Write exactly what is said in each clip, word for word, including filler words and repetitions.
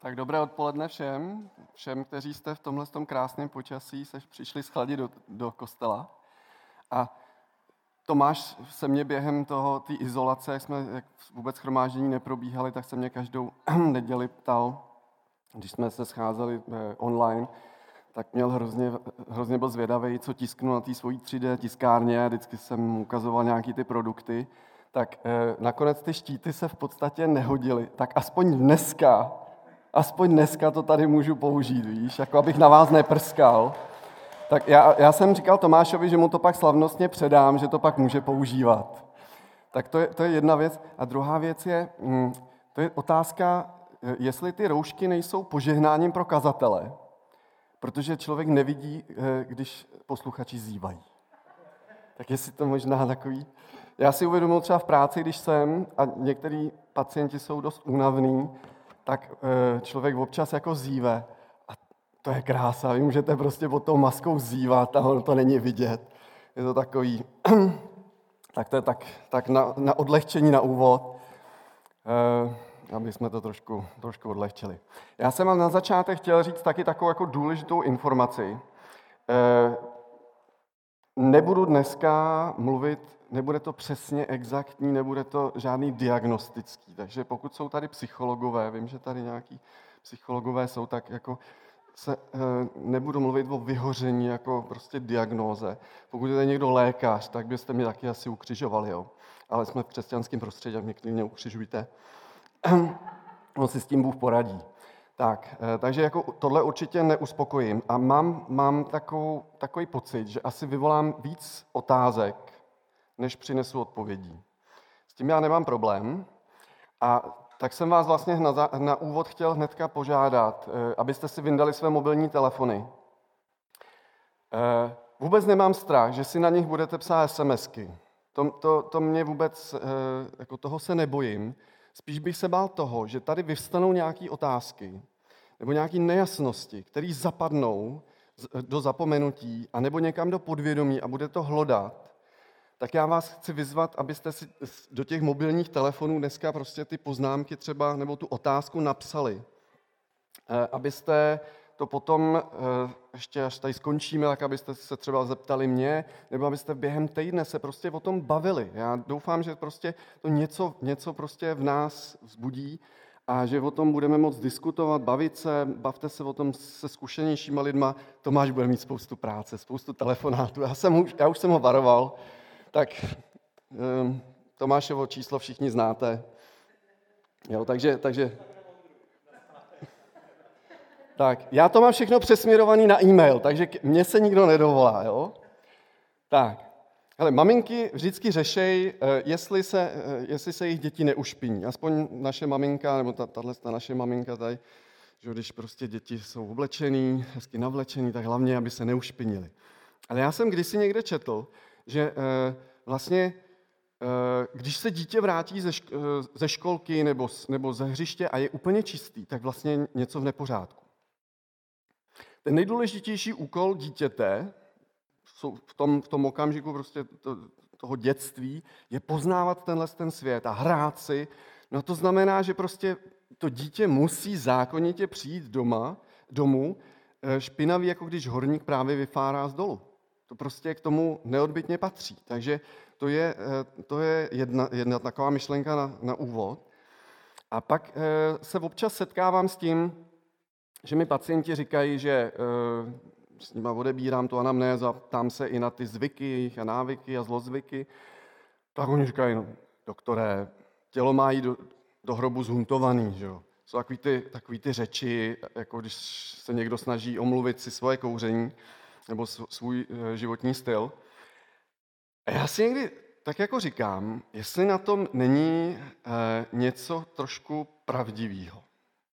Tak dobré odpoledne všem, všem, kteří jste v tomhle tom krásném počasí se přišli schladit do, do kostela. A Tomáš se mě během toho, té izolace, jak jsme jak vůbec shromáždění neprobíhali, tak se mě každou neděli ptal, když jsme se scházeli eh, online, tak měl hrozně, hrozně byl zvědavý, co tisknu na té svojí tři dé tiskárně, vždycky jsem mu ukazoval nějaký ty produkty, tak eh, nakonec ty štíty se v podstatě nehodily, tak aspoň dneska, aspoň dneska to tady můžu použít, víš, jako abych na vás neprskal. Tak já, já jsem říkal Tomášovi, že mu to pak slavnostně předám, že to pak může používat. Tak to je, to je jedna věc. A druhá věc je, hm, to je otázka, jestli ty roušky nejsou požehnáním pro kazatele, protože člověk nevidí, když posluchači zívají. Tak jestli to možná takový... Já si uvědomuji třeba v práci, když jsem, a některý pacienti jsou dost únavní, tak člověk občas jako zíve. A to je krása, vy můžete prostě pod tou maskou zívat a ono to není vidět. Je to takový... tak to je tak, tak na, na odlehčení na úvod, aby jsme to trošku, trošku odlehčili. Já jsem vám na začátek chtěl říct taky takovou jako důležitou informaci. Nebudu dneska mluvit, nebude to přesně exaktní, nebude to žádný diagnostický, takže pokud jsou tady psychologové, vím, že tady nějaký psychologové jsou, tak jako se nebudu mluvit o vyhoření jako prostě diagnóze. Pokud je tady někdo lékař, tak byste mě taky asi ukřižovali, jo. Ale jsme v křesťanském prostředí, tak mě klidně ukřižujte. On si s tím Bůh poradí. Tak, takže jako tohle určitě neuspokojím. A mám, mám takovou, takový pocit, že asi vyvolám víc otázek, než přinesu odpovědí. S tím já nemám problém. A tak jsem vás vlastně na, na úvod chtěl hnedka požádat, abyste si vyndali své mobilní telefony. Vůbec nemám strach, že si na nich budete psát SMSky. To, to, to mě vůbec, jako toho se nebojím. Spíš bych se bál toho, že tady vyvstanou nějaké otázky nebo nějaké nejasnosti, které zapadnou do zapomenutí anebo někam do podvědomí a bude to hlodat. Tak já vás chci vyzvat, abyste si do těch mobilních telefonů dneska prostě ty poznámky třeba nebo tu otázku napsali. Abyste to potom, ještě až tady skončíme, tak abyste se třeba zeptali mě, nebo abyste během týdne se prostě o tom bavili. Já doufám, že prostě to něco, něco prostě v nás vzbudí a že o tom budeme moct diskutovat, bavit se, bavte se o tom se zkušenějšíma lidma. Tomáš bude mít spoustu práce, spoustu telefonátů. Já, jsem už, já už jsem ho varoval, tak um, Tomášovo číslo všichni znáte. Jo, takže... takže Tak, já to mám všechno přesměrovaný na e-mail, takže mně se nikdo nedovolá, jo? Tak, hele, maminky vždycky řešej, jestli se, jestli se jejich děti neušpiní. Aspoň naše maminka, nebo tahle naše maminka tady, že když prostě děti jsou oblečený, hezky navlečený, tak hlavně, aby se neušpinili. Ale já jsem kdysi někde četl, že vlastně, když se dítě vrátí ze, šk- ze školky nebo, nebo ze hřiště a je úplně čistý, tak vlastně něco v nepořádku. Ten nejdůležitější úkol dítěte v tom, v tom okamžiku prostě to, toho dětství je poznávat tenhle ten svět a hrát si. No to znamená, že prostě to dítě musí zákonitě přijít doma, domů špinavý, jako když horník právě vyfárá z dolu. To prostě k tomu neodbytně patří. Takže to je, to je jedna, jedna taková myšlenka na, na úvod. A pak se občas setkávám s tím, že mi pacienti říkají, že e, s nima odebírám tu anamnézu a ptám se i na ty zvyky jejich a návyky a zlozvyky. Tak oni říkají, no, doktore, tělo má jít do, do hrobu zhuntovaný, že jo. Jsou takový ty, takový ty řeči, jako když se někdo snaží omluvit si svoje kouření nebo svůj e, životní styl. A já si někdy tak jako říkám, jestli na tom není e, něco trošku pravdivého.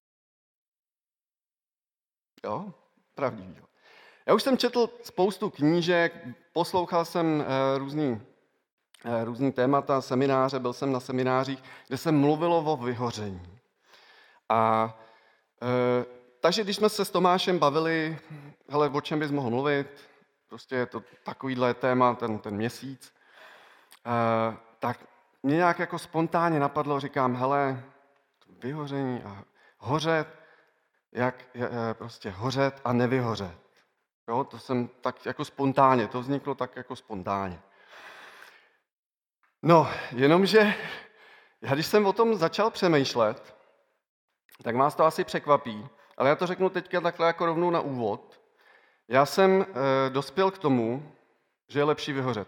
Jo, pravdivýho. Já už jsem četl spoustu knížek, poslouchal jsem e, různý, e, různý témata, semináře, byl jsem na seminářích, kde se mluvilo o vyhoření. A e, takže když jsme se s Tomášem bavili, hele, o čem bys mohl mluvit, prostě je to takovýhle téma ten, ten měsíc, e, tak mě nějak jako spontánně napadlo, říkám, hele, vyhoření a hořet, jak je, prostě hořet a nevyhořet. Jo, to jsem tak jako spontánně, to vzniklo tak jako spontánně. No, jenomže já když jsem o tom začal přemýšlet, tak vás to asi překvapí, ale já to řeknu teďka takhle jako rovnou na úvod. Já jsem e, dospěl k tomu, že je lepší vyhořet.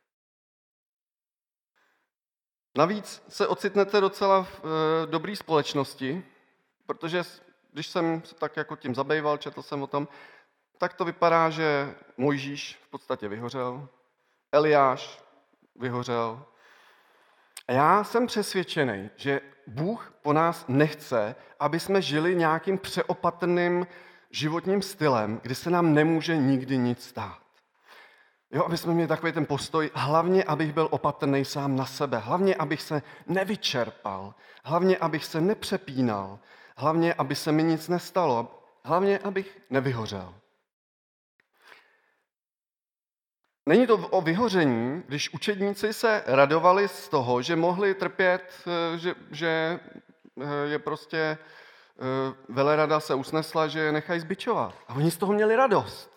Navíc se ocitnete docela v e, dobré společnosti, protože když jsem se tak jako tím zabýval, četl jsem o tom, tak to vypadá, že Mojžíš v podstatě vyhořel, Eliáš vyhořel. A já jsem přesvědčený, že Bůh po nás nechce, aby jsme žili nějakým přeopatrným životním stylem, kdy se nám nemůže nikdy nic stát. Jo, aby jsme měli takový ten postoj, hlavně, abych byl opatrný sám na sebe, hlavně, abych se nevyčerpal, hlavně, abych se nepřepínal, hlavně, aby se mi nic nestalo, hlavně, abych nevyhořel. Není to o vyhoření, když učedníci se radovali z toho, že mohli trpět, že, že je prostě velerada se usnesla, že je nechají zbičovat. A oni z toho měli radost.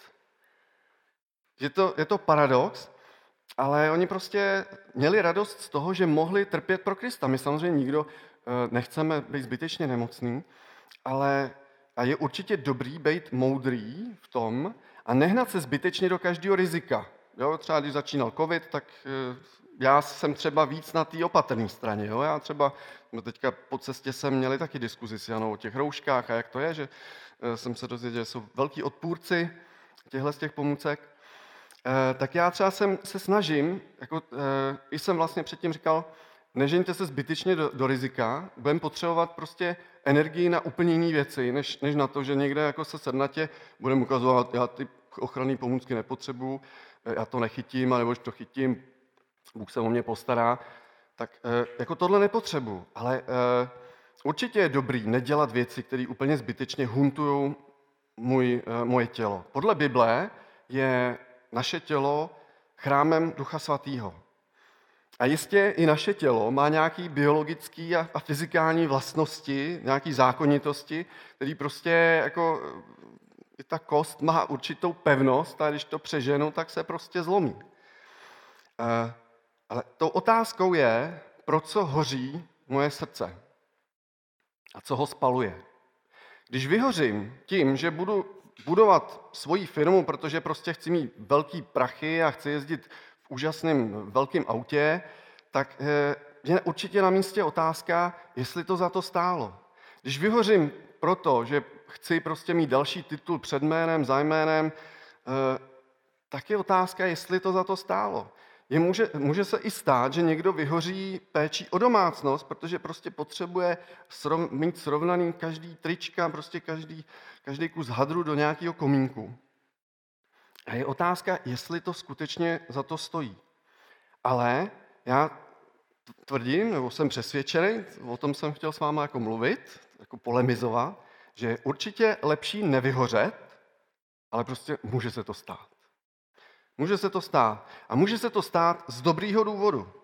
Je to, je to paradox, ale oni prostě měli radost z toho, že mohli trpět pro Krista. My samozřejmě nikdo nechceme být zbytečně nemocný, ale a je určitě dobrý být moudrý v tom a nehnat se zbytečně do každého rizika. Jo, třeba když začínal covid, tak já jsem třeba víc na té opatrné straně. Jo? Já třeba, no teďka po cestě jsem měli taky diskuzi s Janou o těch rouškách a jak to je, že jsem se dozvěděl, že jsou velký odpůrci těchto z těch pomůcek. E, tak já třeba jsem, se snažím, jako, e, i jsem vlastně předtím říkal, nežeňte se zbytečně do, do rizika, budeme potřebovat prostě energii na úplně jiné věci, než, než na to, že někde jako se sednatě budeme ukazovat, já ty ochranné pomůcky nepotřebuju, já to nechytím, nebo když to chytím, Bůh se o mě postará, tak e, jako tohle nepotřebuju. Ale e, určitě je dobrý nedělat věci, které úplně zbytečně huntují můj, e, moje tělo. Podle Bible je naše tělo chrámem Ducha Svatého. A jistě i naše tělo má nějaké biologické a, a fyzikální vlastnosti, nějaké zákonitosti, které prostě jako i ta kost má určitou pevnost a když to přeženu, tak se prostě zlomí. E, ale tou otázkou je, pro co hoří moje srdce a co ho spaluje. Když vyhořím tím, že budu budovat svoji firmu, protože prostě chci mít velký prachy a chci jezdit v úžasném velkém autě, tak je určitě na místě otázka, jestli to za to stálo. Když vyhořím proto, že chci prostě mít další titul před jménem, za jménem, tak je otázka, jestli to za to stálo. Je může, může se i stát, že někdo vyhoří péčí o domácnost, protože prostě potřebuje srov, mít srovnaný každý trička, prostě každý, každý kus hadru do nějakého komínku. A je otázka, jestli to skutečně za to stojí. Ale já tvrdím, nebo jsem přesvědčený, o tom jsem chtěl s váma jako mluvit, jako polemizovat, že je určitě lepší nevyhořet, ale prostě může se to stát. Může se to stát. A může se to stát z dobrýho důvodu.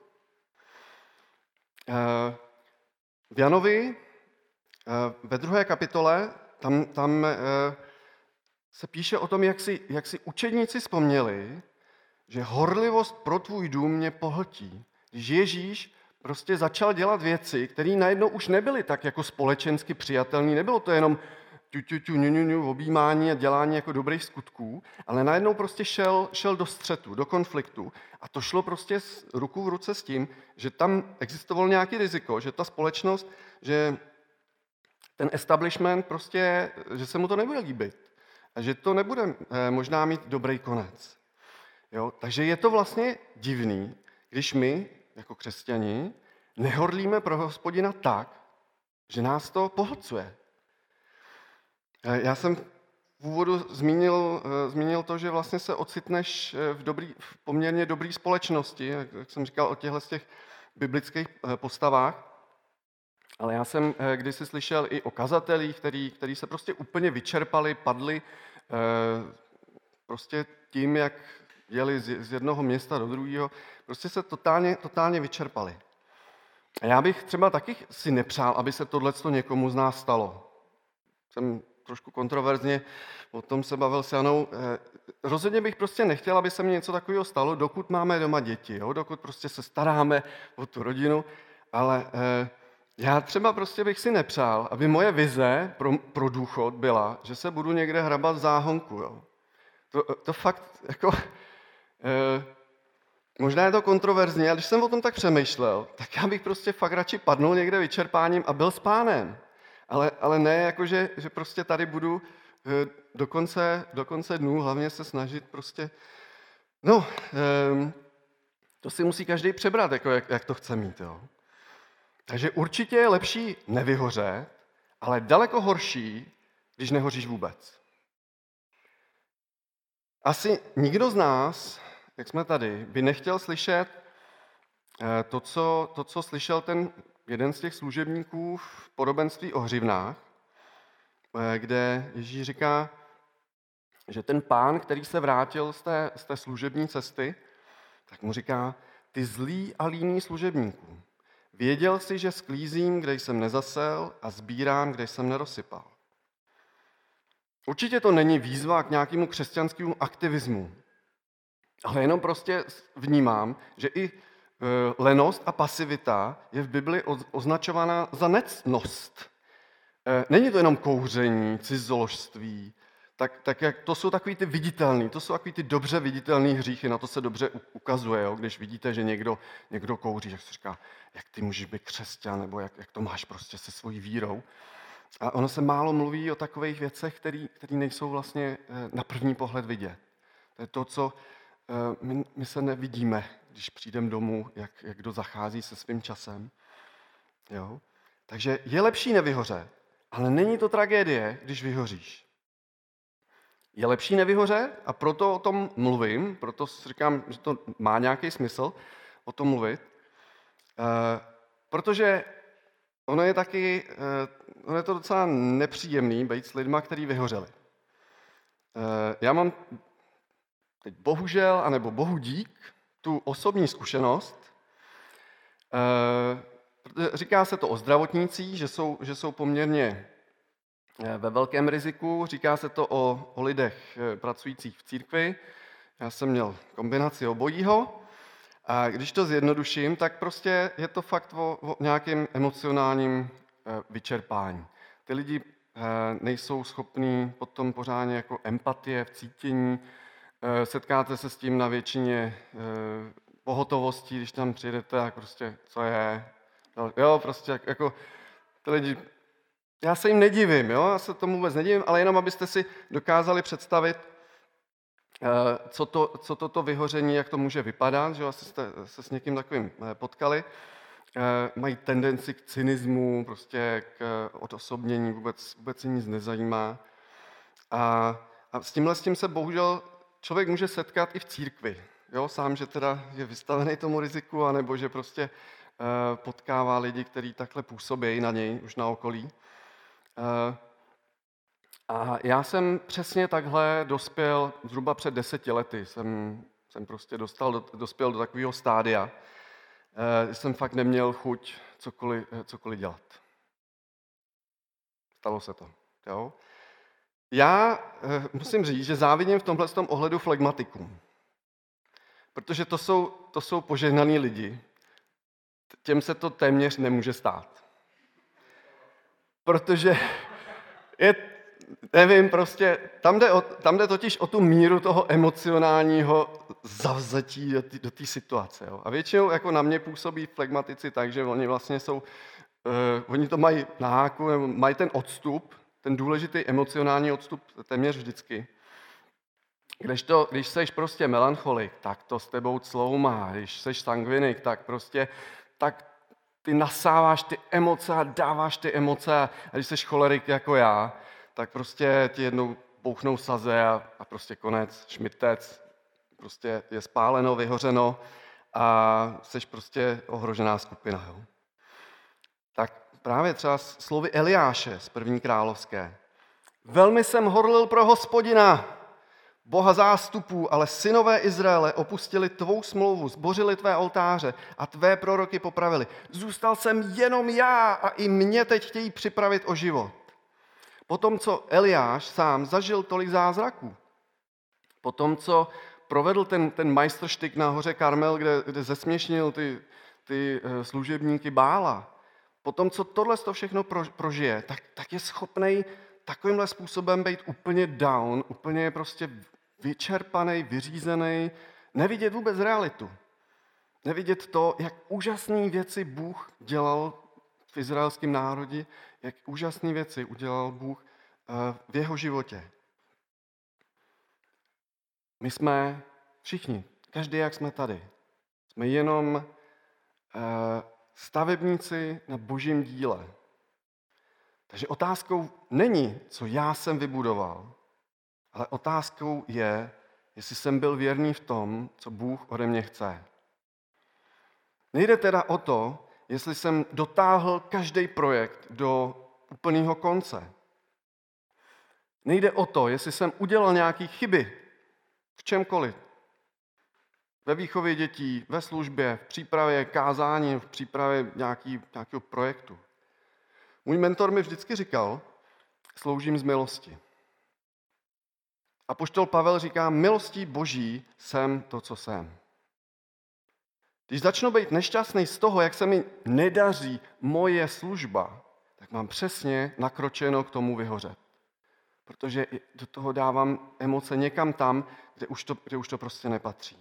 V Janovi ve druhé kapitole tam, tam se píše o tom, jak si, jak si učedníci vzpomněli, že horlivost pro tvůj dům mě pohltí. Když Ježíš prostě začal dělat věci, které najednou už nebyly tak jako společensky přijatelné, nebylo to jenom ťu, ťu, ťu, ňu, ňu, ňu, objímání a dělání jako dobrých skutků, ale najednou prostě šel, šel do střetu, do konfliktu a to šlo prostě ruku v ruce s tím, že tam existovalo nějaké riziko, že ta společnost, že ten establishment prostě, že se mu to nebude líbit a že to nebude možná mít dobrý konec. Jo? Takže je to vlastně divný, když my, jako křesťani, nehorlíme pro Hospodina tak, že nás to pohlcuje. Já jsem v úvodu zmínil, zmínil to, že vlastně se ocitneš v, dobrý, v poměrně dobré společnosti, jak jsem říkal o těchto těch biblických postavách, ale já jsem kdysi slyšel i o kazatelích, který, který se prostě úplně vyčerpali, padli prostě tím, jak jeli z jednoho města do druhého, prostě se totálně, totálně vyčerpali. A já bych třeba taky si nepřál, aby se tohleto někomu z nás stalo. Jsem trošku kontroverzně, o tom se bavil s Janou. Rozhodně bych prostě nechtěl, aby se mi něco takového stalo, dokud máme doma děti, jo? Dokud prostě se staráme o tu rodinu, ale já třeba prostě bych si nepřál, aby moje vize pro, pro důchod byla, že se budu někde hrabat v záhonku. Jo? To, to fakt, jako, eh, možná je to kontroverzní, ale když jsem o tom tak přemýšlel, tak já bych prostě fakt radši padnul někde vyčerpáním a byl s pánem. Ale, ale ne jako, že, že prostě tady budu eh, do, konce, do konce dnů hlavně se snažit prostě, no, eh, to si musí každý přebrat, jako jak, jak to chce mít, jo. Takže určitě je lepší nevyhořet, ale daleko horší, když nehoříš vůbec. Asi nikdo z nás, jak jsme tady, by nechtěl slyšet to, co, to, co slyšel ten jeden z těch služebníků v podobenství o hřivnách, kde Ježíš říká, že ten pán, který se vrátil z té, z té služební cesty, tak mu říká, ty zlý a líný služebníků. Věděl jsi, že sklízím, kde jsem nezasel, a sbírám, kde jsem nerozsypal. Určitě to není výzva k nějakému křesťanskému aktivismu, ale jenom prostě vnímám, že i lenost a pasivita je v Bibli označována za nectnost. Není to jenom kouření, cizoložství, tak, tak jak to jsou takový ty viditelný, to jsou takový ty dobře viditelný hříchy, na to se dobře ukazuje, jo? Když vidíte, že někdo, někdo kouří, tak se říká, jak ty můžeš být křesťan, nebo jak, jak to máš prostě se svojí vírou. A ono se málo mluví o takových věcech, které nejsou vlastně na první pohled vidět. To je to, co my, my se nevidíme, když přijdeme domů, jak, jak kdo zachází se svým časem. Jo? Takže je lepší nevyhořet, ale není to tragédie, když vyhoříš. Je lepší nevyhořet a proto o tom mluvím, proto si říkám, že to má nějaký smysl o tom mluvit, e, protože ono je taky, e, ono je to docela nepříjemný být s lidma, kteří vyhořeli. E, já mám teď bohužel, anebo bohu dík, tu osobní zkušenost. E, říká se to o zdravotnících, že jsou, že jsou poměrně ve velkém riziku, říká se to o, o lidech pracujících v církvi. Já jsem měl kombinaci obojího a když to zjednoduším, tak prostě je to fakt o, o nějakém emocionálním vyčerpání. Ty lidi nejsou schopní potom pořádně jako empatie v cítění, setkáte se s tím na většině pohotovostí, když tam přijdete, tak prostě, co je, jo, prostě jako ty lidi. Já se jim nedivím, jo? Já se tomu vůbec nedivím, ale jenom abyste si dokázali představit, co to, co to, to vyhoření, jak to může vypadat, že asi jste se s někým takovým potkali. Mají tendenci k cynismu, prostě k odosobnění, vůbec, vůbec se nic nezajímá. A, a s tímhle s tím se bohužel člověk může setkat i v církvi. Jo? Sám, že teda je vystavený tomu riziku, anebo že prostě potkává lidi, kteří takhle působí na něj, už na okolí. A já jsem přesně takhle dospěl zhruba před deseti lety. Jsem, jsem prostě dostal, dospěl do takového stádia, že jsem fakt neměl chuť cokoliv, cokoliv dělat. Stalo se to. Jo? Já musím říct, že závidím v tomhle tom ohledu flegmatikům. Protože to jsou, to jsou požehnaní lidi. Těm se to téměř nemůže stát. Protože je, nevím, prostě, tam jde, o, tam jde totiž o tu míru toho emocionálního zavzetí do té do té situace. Jo. A většinou jako na mě působí flegmatici tak, že oni vlastně jsou, uh, oni to mají na háku, nebo mají ten odstup, ten důležitý emocionální odstup téměř vždycky. Když, to, když seš prostě melancholik, tak to s tebou cloumá. Když seš sangvinik, tak prostě tak ty nasáváš ty emoce a dáváš ty emoce a když jsi cholerik jako já, tak prostě ti jednou bouchnou saze a, a prostě konec, šmitec, prostě je spáleno, vyhořeno a jsi prostě ohrožená skupina. Jo? Tak právě třeba slovy Eliáše z první královské. Velmi jsem horlil pro Hospodina, Boha zástupů, ale synové Izraele opustili tvou smlouvu, zbořili tvé oltáře a tvé proroky popravili. Zůstal jsem jenom já a i mě teď chtějí připravit o život. Po tom, co Eliáš sám zažil tolik zázraků, po tom, co provedl ten, ten majstrštyk na hoře Karmel, kde, kde zesměšnil ty, ty služebníky Bála, po tom, co tohle to všechno prožije, tak, tak je schopnej takovýmhle způsobem být úplně down, úplně prostě vyčerpaný, vyřízený, nevidět vůbec realitu. Nevidět to, jak úžasné věci Bůh dělal v izraelském národě, jak úžasné věci udělal Bůh v jeho životě. My jsme všichni, každý, jak jsme tady, jsme jenom stavebníci na božím díle. Takže otázkou není, co já jsem vybudoval, ale otázkou je, jestli jsem byl věrný v tom, co Bůh ode mě chce. Nejde teda o to, jestli jsem dotáhl každý projekt do úplného konce. Nejde o to, jestli jsem udělal nějaké chyby v čemkoliv. Ve výchově dětí, ve službě, v přípravě kázání, v přípravě nějaký, nějakého projektu. Můj mentor mi vždycky říkal, sloužím z milosti. Apoštol Pavel říká, milostí Boží jsem to, co jsem. Když začnu být nešťastný z toho, jak se mi nedaří moje služba, tak mám přesně nakročeno k tomu vyhořet. Protože do toho dávám emoce někam tam, kde už to, kde už to prostě nepatří.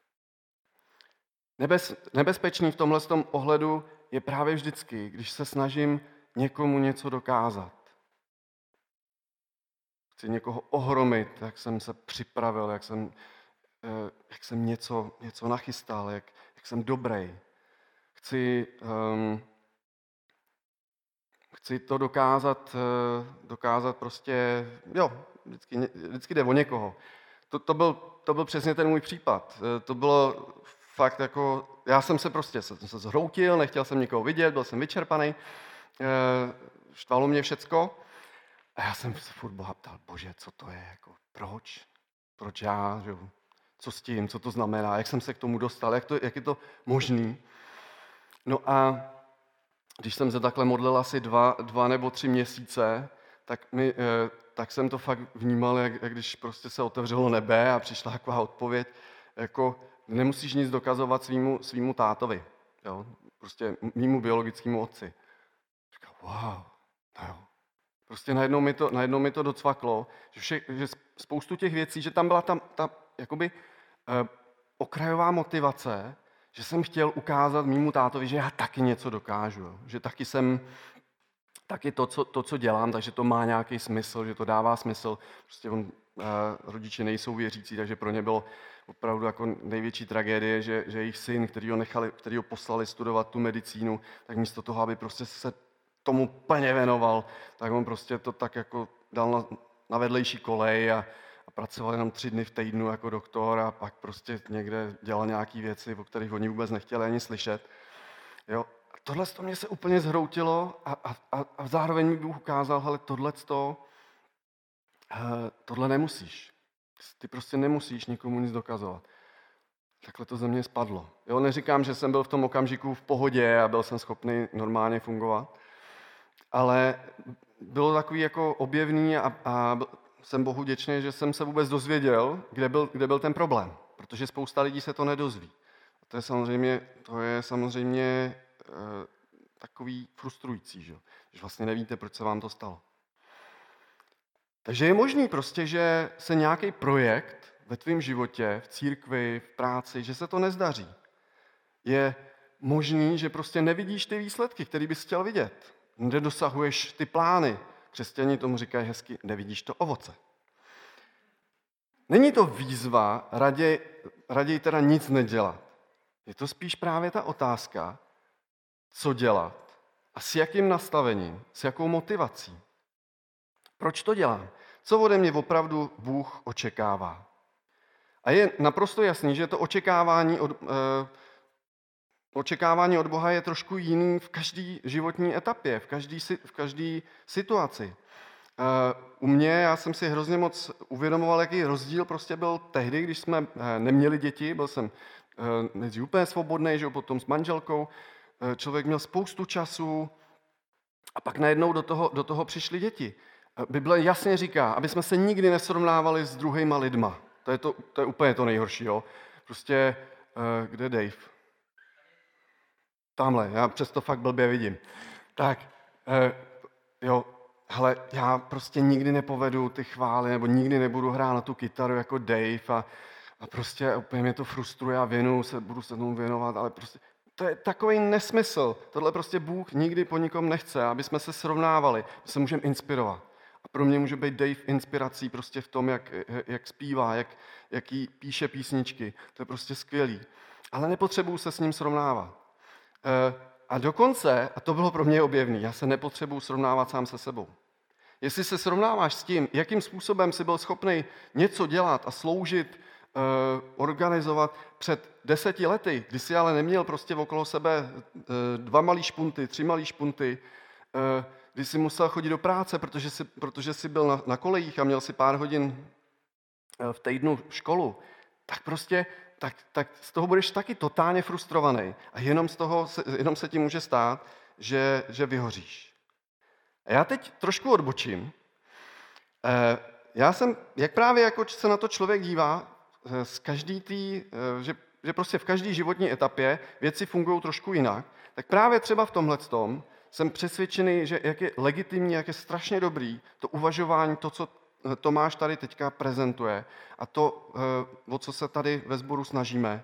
Nebez, nebezpečný v tomhle tom ohledu je právě vždycky, když se snažím někomu něco dokázat. Chci někoho ohromit, jak jsem se připravil, jak jsem, jak jsem něco, něco nachystal, jak, jak jsem dobrý. Chci, um, chci to dokázat, dokázat prostě, jo, vždycky, vždycky jde o někoho. To, to, byl, to byl přesně ten můj případ. To bylo fakt jako, já jsem se prostě se, se zhroutil, nechtěl jsem nikoho vidět, byl jsem vyčerpaný, štvalo mě všecko. A já jsem se furt Boha ptal, bože, co to je, jako, proč? Proč já, že? Co s tím, co to znamená, jak jsem se k tomu dostal, jak, to, jak je to možný. No a když jsem se takhle modlil asi dva, dva nebo tři měsíce, tak, mi, tak jsem to fakt vnímal, jak, jak když prostě se otevřelo nebe a přišla taková odpověď, jako nemusíš nic dokazovat svýmu, svýmu tátovi, jo? Prostě mýmu biologickému otci. Říkal, wow, no jo. Prostě najednou mi to, najednou mi to docvaklo, že, vše, že spoustu těch věcí, že tam byla tam ta jakoby eh, okrajová motivace, že jsem chtěl ukázat mému tátovi, že já taky něco dokážu, že taky jsem, taky to co, to, co dělám, takže to má nějaký smysl, že to dává smysl. Prostě on, eh, rodiče nejsou věřící, takže pro ně bylo opravdu jako největší tragédie, že, že jejich syn, který ho, nechali, který ho poslali studovat tu medicínu, tak místo toho, aby prostě se tomu plně věnoval, tak on prostě to tak jako dal na, na vedlejší kolej a, a pracoval jenom tři dny v týdnu jako doktor a pak prostě někde dělal nějaké věci, o kterých oni vůbec nechtěli ani slyšet. Jo? A tohle to mě se úplně zhroutilo a, a, a, a zároveň mi Bůh ukázal, hele, tohleto, tohle nemusíš. Ty prostě nemusíš nikomu nic dokazovat. Takhle to ze mě spadlo. Jo? Neříkám, že jsem byl v tom okamžiku v pohodě a byl jsem schopný normálně fungovat, ale bylo takový jako objevný a, a jsem Bohu vděčný, že jsem se vůbec dozvěděl, kde byl, kde byl ten problém, protože spousta lidí se to nedozví. A to je samozřejmě, to je samozřejmě e, takový frustrující, že? Že vlastně nevíte, proč se vám to stalo. Takže je možný prostě, že se nějaký projekt ve tvém životě, v církvi, v práci, že se to nezdaří. Je možný, že prostě nevidíš ty výsledky, které bys chtěl vidět. Nedosahuješ ty plány. Křesťani tomu říkají hezky, nevidíš to ovoce. Není to výzva, raději, raději teda nic nedělat. Je to spíš právě ta otázka, co dělat a s jakým nastavením, s jakou motivací. Proč to dělám? Co ode mě opravdu Bůh očekává? A je naprosto jasný, že to očekávání od, eh, očekávání od Boha je trošku jiný v každé životní etapě, v každé v každý situaci. Eh, u mě, já jsem si hrozně moc uvědomoval, jaký rozdíl prostě byl tehdy, když jsme eh, neměli děti, byl jsem eh, nejdřív úplně svobodný, že potom s manželkou, eh, člověk měl spoustu času a pak najednou do toho, do toho přišly děti. Bible jasně říká, aby jsme se nikdy nesrovnávali s druhýma lidma. To je, to, to je úplně to nejhorší, jo. Prostě, uh, kde je Dave? Tamhle, já přesto fakt blbě vidím. Tak, uh, jo, hele, já prostě nikdy nepovedu ty chvály, nebo nikdy nebudu hrát na tu kytaru jako Dave a, a prostě úplně mě to frustruje a věnuju se, budu se tomu věnovat, ale prostě to je takový nesmysl. Tohle prostě Bůh nikdy po nikom nechce, aby jsme se srovnávali, my se můžeme inspirovat. A pro mě může být Dave inspirací prostě v tom, jak, jak zpívá, jak, jaký píše písničky. To je prostě skvělý. Ale nepotřebuju se s ním srovnávat. A dokonce, a to bylo pro mě objevný, já se nepotřebuju srovnávat sám se sebou. Jestli se srovnáváš s tím, jakým způsobem jsi byl schopný něco dělat a sloužit, organizovat před deseti lety, kdy jsi ale neměl prostě okolo sebe dva malý špunty, tři malý špunty, kdy jsi musel chodit do práce, protože jsi, protože jsi byl na, na kolejích a měl si pár hodin v týdnu školu, tak prostě tak, tak z toho budeš taky totálně frustrovaný a jenom, z toho se, jenom se ti může stát, že, že vyhoříš. A já teď trošku odbočím. Já jsem, jak právě jako se na to člověk dívá, z každý tý, že, že prostě v každé životní etapě věci fungují trošku jinak, tak právě třeba v tomhletom jsem přesvědčený, že jak je legitimní, jak je strašně dobrý to uvažování, to, co Tomáš tady teďka prezentuje a to, o co se tady ve sboru snažíme.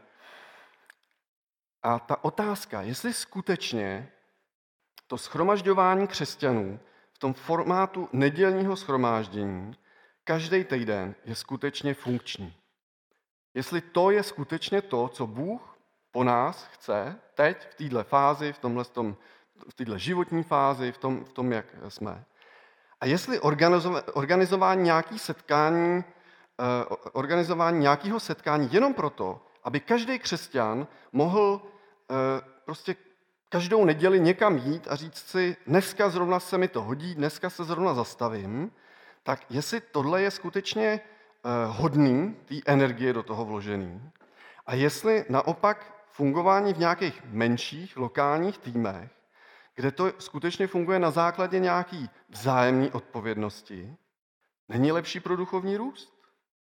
A ta otázka, jestli skutečně to shromažďování křesťanů v tom formátu nedělního shromáždění každý týden je skutečně funkční. Jestli to je skutečně to, co Bůh po nás chce teď v této fázi, v tomhle tom, v této životní fázi, v tom, v tom, jak jsme. A jestli organizování nějakých setkání, organizování nějakého setkání jenom proto, aby každý křesťan mohl prostě každou neděli někam jít a říct si, dneska zrovna se mi to hodí, dneska se zrovna zastavím, tak jestli tohle je skutečně hodný té energie do toho vložený a jestli naopak fungování v nějakých menších lokálních týmech, kde to skutečně funguje na základě nějaký vzájemné odpovědnosti, není lepší pro duchovní růst.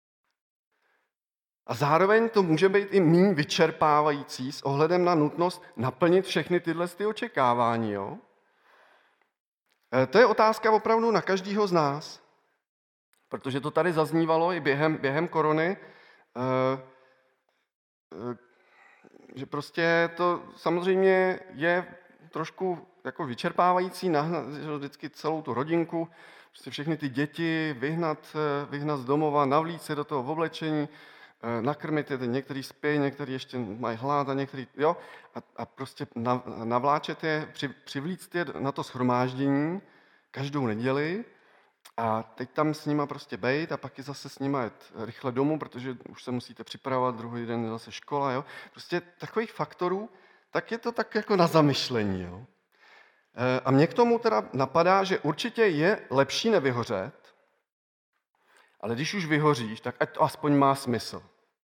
A zároveň to může být i méně vyčerpávající s ohledem na nutnost naplnit všechny tyhle ty očekávání. Jo? To je otázka opravdu na každého z nás, protože to tady zaznívalo i během, během korony, že prostě to samozřejmě je trošku jako vyčerpávající nahnat vždycky celou tu rodinku, prostě všechny ty děti vyhnat, vyhnat z domova, navlít se do toho oblečení, nakrmit je, některý spí, některý ještě mají hlad a některý, jo, a, a prostě navláčet je, při, přivlíct je na to shromáždění každou neděli a teď tam s nima prostě bejt a pak je zase s nima jet rychle domů, protože už se musíte připravovat, druhý den je zase škola, jo. Prostě takových faktorů, tak je to tak jako na zamyšlení, jo. A mě k tomu teda napadá, že určitě je lepší nevyhořet, ale když už vyhoříš, tak ať to aspoň má smysl.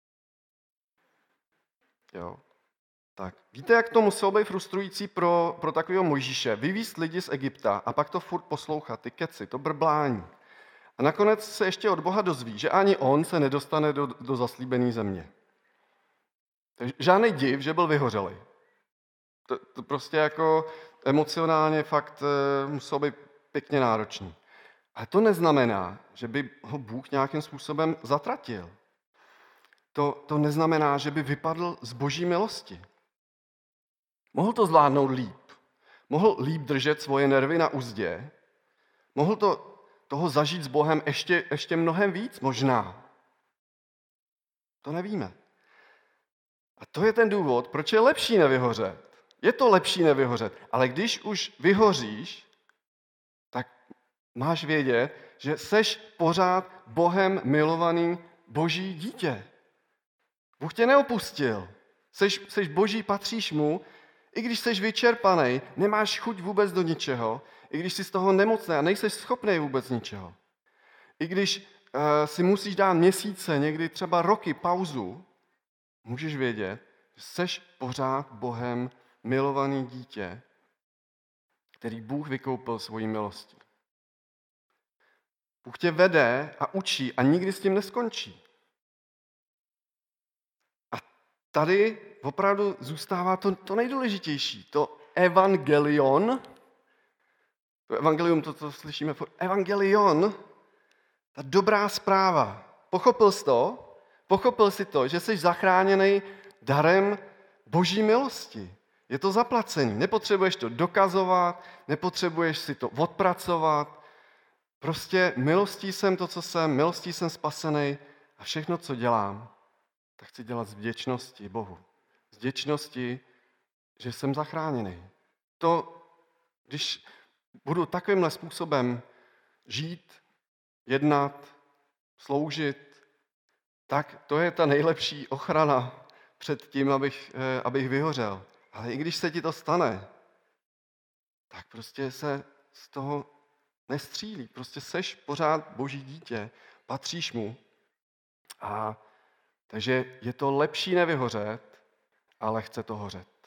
Jo. Tak. Víte, jak to muselo být frustrující pro, pro takového Mojžíše? Vyvízt lidi z Egypta a pak to furt poslouchat, ty keci, to brblání. A nakonec se ještě od Boha dozví, že ani on se nedostane do, do zaslíbené země. Takže žádný div, že byl vyhořelý. To, to prostě jako emocionálně fakt e, muselo být pěkně náročný. Ale to neznamená, že by ho Bůh nějakým způsobem zatratil. To, to neznamená, že by vypadl z boží milosti. Mohl to zvládnout líp. Mohl líp držet svoje nervy na uzdě. Mohl to, toho zažít s Bohem ještě, ještě mnohem víc, možná. To nevíme. A to je ten důvod, proč je lepší nevyhořet. Je to lepší nevyhořet, ale když už vyhoříš, tak máš vědět, že seš pořád Bohem milovaný boží dítě. Bůh tě neopustil. Seš, seš boží, patříš mu, i když seš vyčerpaný, nemáš chuť vůbec do ničeho, i když jsi z toho nemocný a nejseš schopný vůbec ničeho. I když uh, si musíš dát měsíce, někdy třeba roky pauzu, můžeš vědět, že seš pořád Bohem milovaný dítě, který Bůh vykoupil svojí milostí. Bůh tě vede a učí a nikdy s tím neskončí. A tady opravdu zůstává to, to nejdůležitější, to evangelion, to evangelium, to, co slyšíme, evangelion, ta dobrá zpráva. Pochopil jsi to? Pochopil jsi to, že jsi zachráněný darem Boží milosti. Je to zaplacený. Nepotřebuješ to dokazovat, nepotřebuješ si to odpracovat. Prostě milostí jsem to, co jsem, milostí jsem spasený a všechno, co dělám, tak chci dělat z vděčnosti Bohu. Z vděčnosti, že jsem zachráněný. To, když budu takovýmhle způsobem žít, jednat, sloužit, tak to je ta nejlepší ochrana před tím, abych, abych vyhořel. Ale i když se ti to stane, tak prostě se z toho nestřílí. Prostě seš pořád Boží dítě, patříš mu. A takže je to lepší nevyhořet, ale chce to hořet.